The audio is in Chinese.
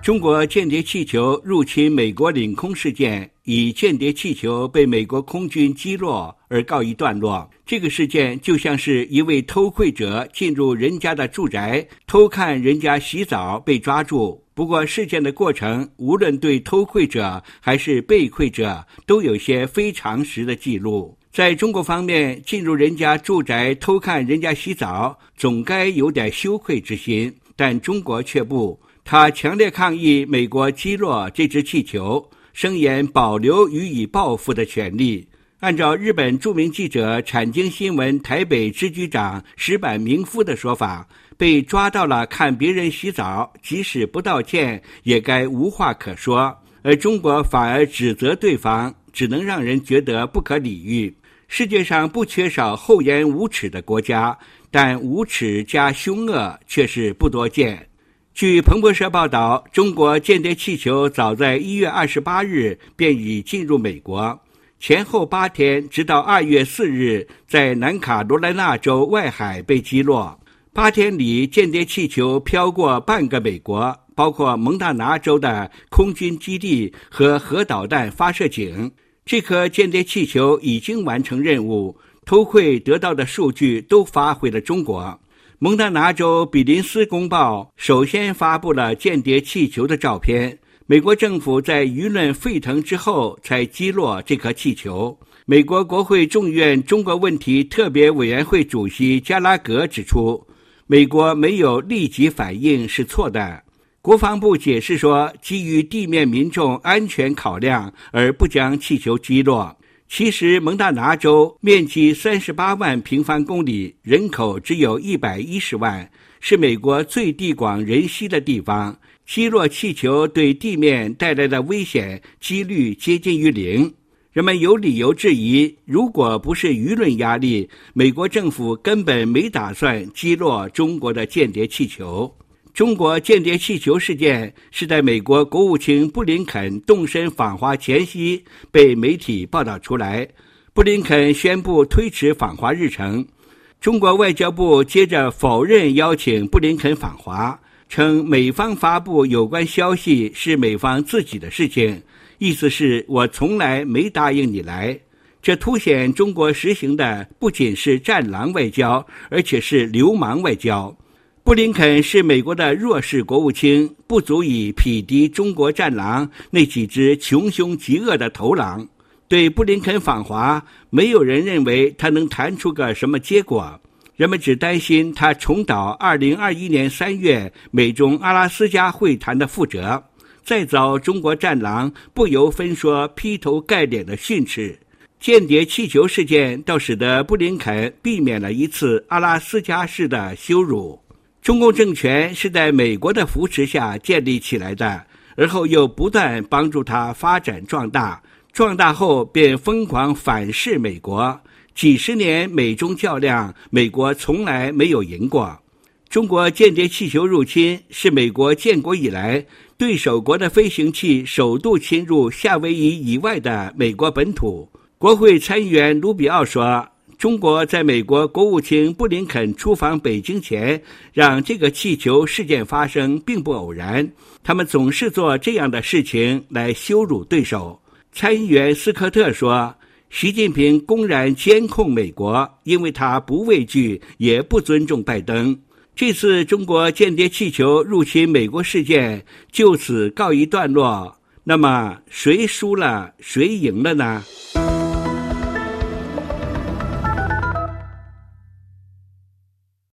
中国间谍气球入侵美国领空事件以间谍气球被美国空军击落而告一段落。这个事件就像是一位偷窥者进入人家的住宅，偷看人家洗澡被抓住。不过事件的过程，无论对偷窥者还是被窥者，都有些非常时的记录。在中国方面，进入人家住宅偷看人家洗澡，总该有点羞愧之心，但中国却不。他强烈抗议美国击落这只气球，声言保留予以报复的权利。按照日本著名记者产经新闻台北支局长石坂明夫的说法，被抓到了看别人洗澡，即使不道歉也该无话可说，而中国反而指责对方，只能让人觉得不可理喻。世界上不缺少厚颜无耻的国家，但无耻加凶恶却是不多见。据彭博社报道，中国间谍气球早在1月28日便已进入美国，前后8天，直到2月4日在南卡罗来纳州外海被击落。8天里，间谍气球飘过半个美国，包括蒙大拿州的空军基地和核导弹发射井。这颗间谍气球已经完成任务，偷窥得到的数据都发回了中国。蒙大拿州比林斯公报首先发布了间谍气球的照片，美国政府在舆论沸腾之后才击落这颗气球。美国国会众议院中国问题特别委员会主席加拉格指出，美国没有立即反应是错的。国防部解释说，基于地面民众安全考量而不将气球击落。其实蒙大拿州面积38万平方公里，人口只有110万，是美国最地广人稀的地方。击落气球对地面带来的危险几率接近于0。人们有理由质疑，如果不是舆论压力，美国政府根本没打算击落中国的间谍气球。中国间谍气球事件是在美国国务卿布林肯动身访华前夕被媒体报道出来。布林肯宣布推迟访华日程，中国外交部接着否认邀请布林肯访华，称美方发布有关消息是美方自己的事情，意思是我从来没答应你来。这凸显中国实行的不仅是战狼外交，而且是流氓外交。布林肯是美国的弱势国务卿，不足以匹敌中国战狼那几只穷凶极恶的头狼。对布林肯访华，没有人认为他能谈出个什么结果，人们只担心他重蹈2021年3月美中阿拉斯加会谈的覆辙，再遭中国战狼不由分说劈头盖脸的训斥。间谍气球事件倒使得布林肯避免了一次阿拉斯加式的羞辱。中共政权是在美国的扶持下建立起来的，而后又不断帮助它发展壮大，壮大后便疯狂反噬美国。几十年美中较量，美国从来没有赢过。中国间谍气球入侵是美国建国以来对手国的飞行器首度侵入夏威夷以外的美国本土。国会参议员卢比奥说，中国在美国国务卿布林肯出访北京前，让这个气球事件发生并不偶然，他们总是做这样的事情来羞辱对手。参议员斯科特说，习近平公然监控美国，因为他不畏惧也不尊重拜登。这次中国间谍气球入侵美国事件就此告一段落，那么谁输了谁赢了呢？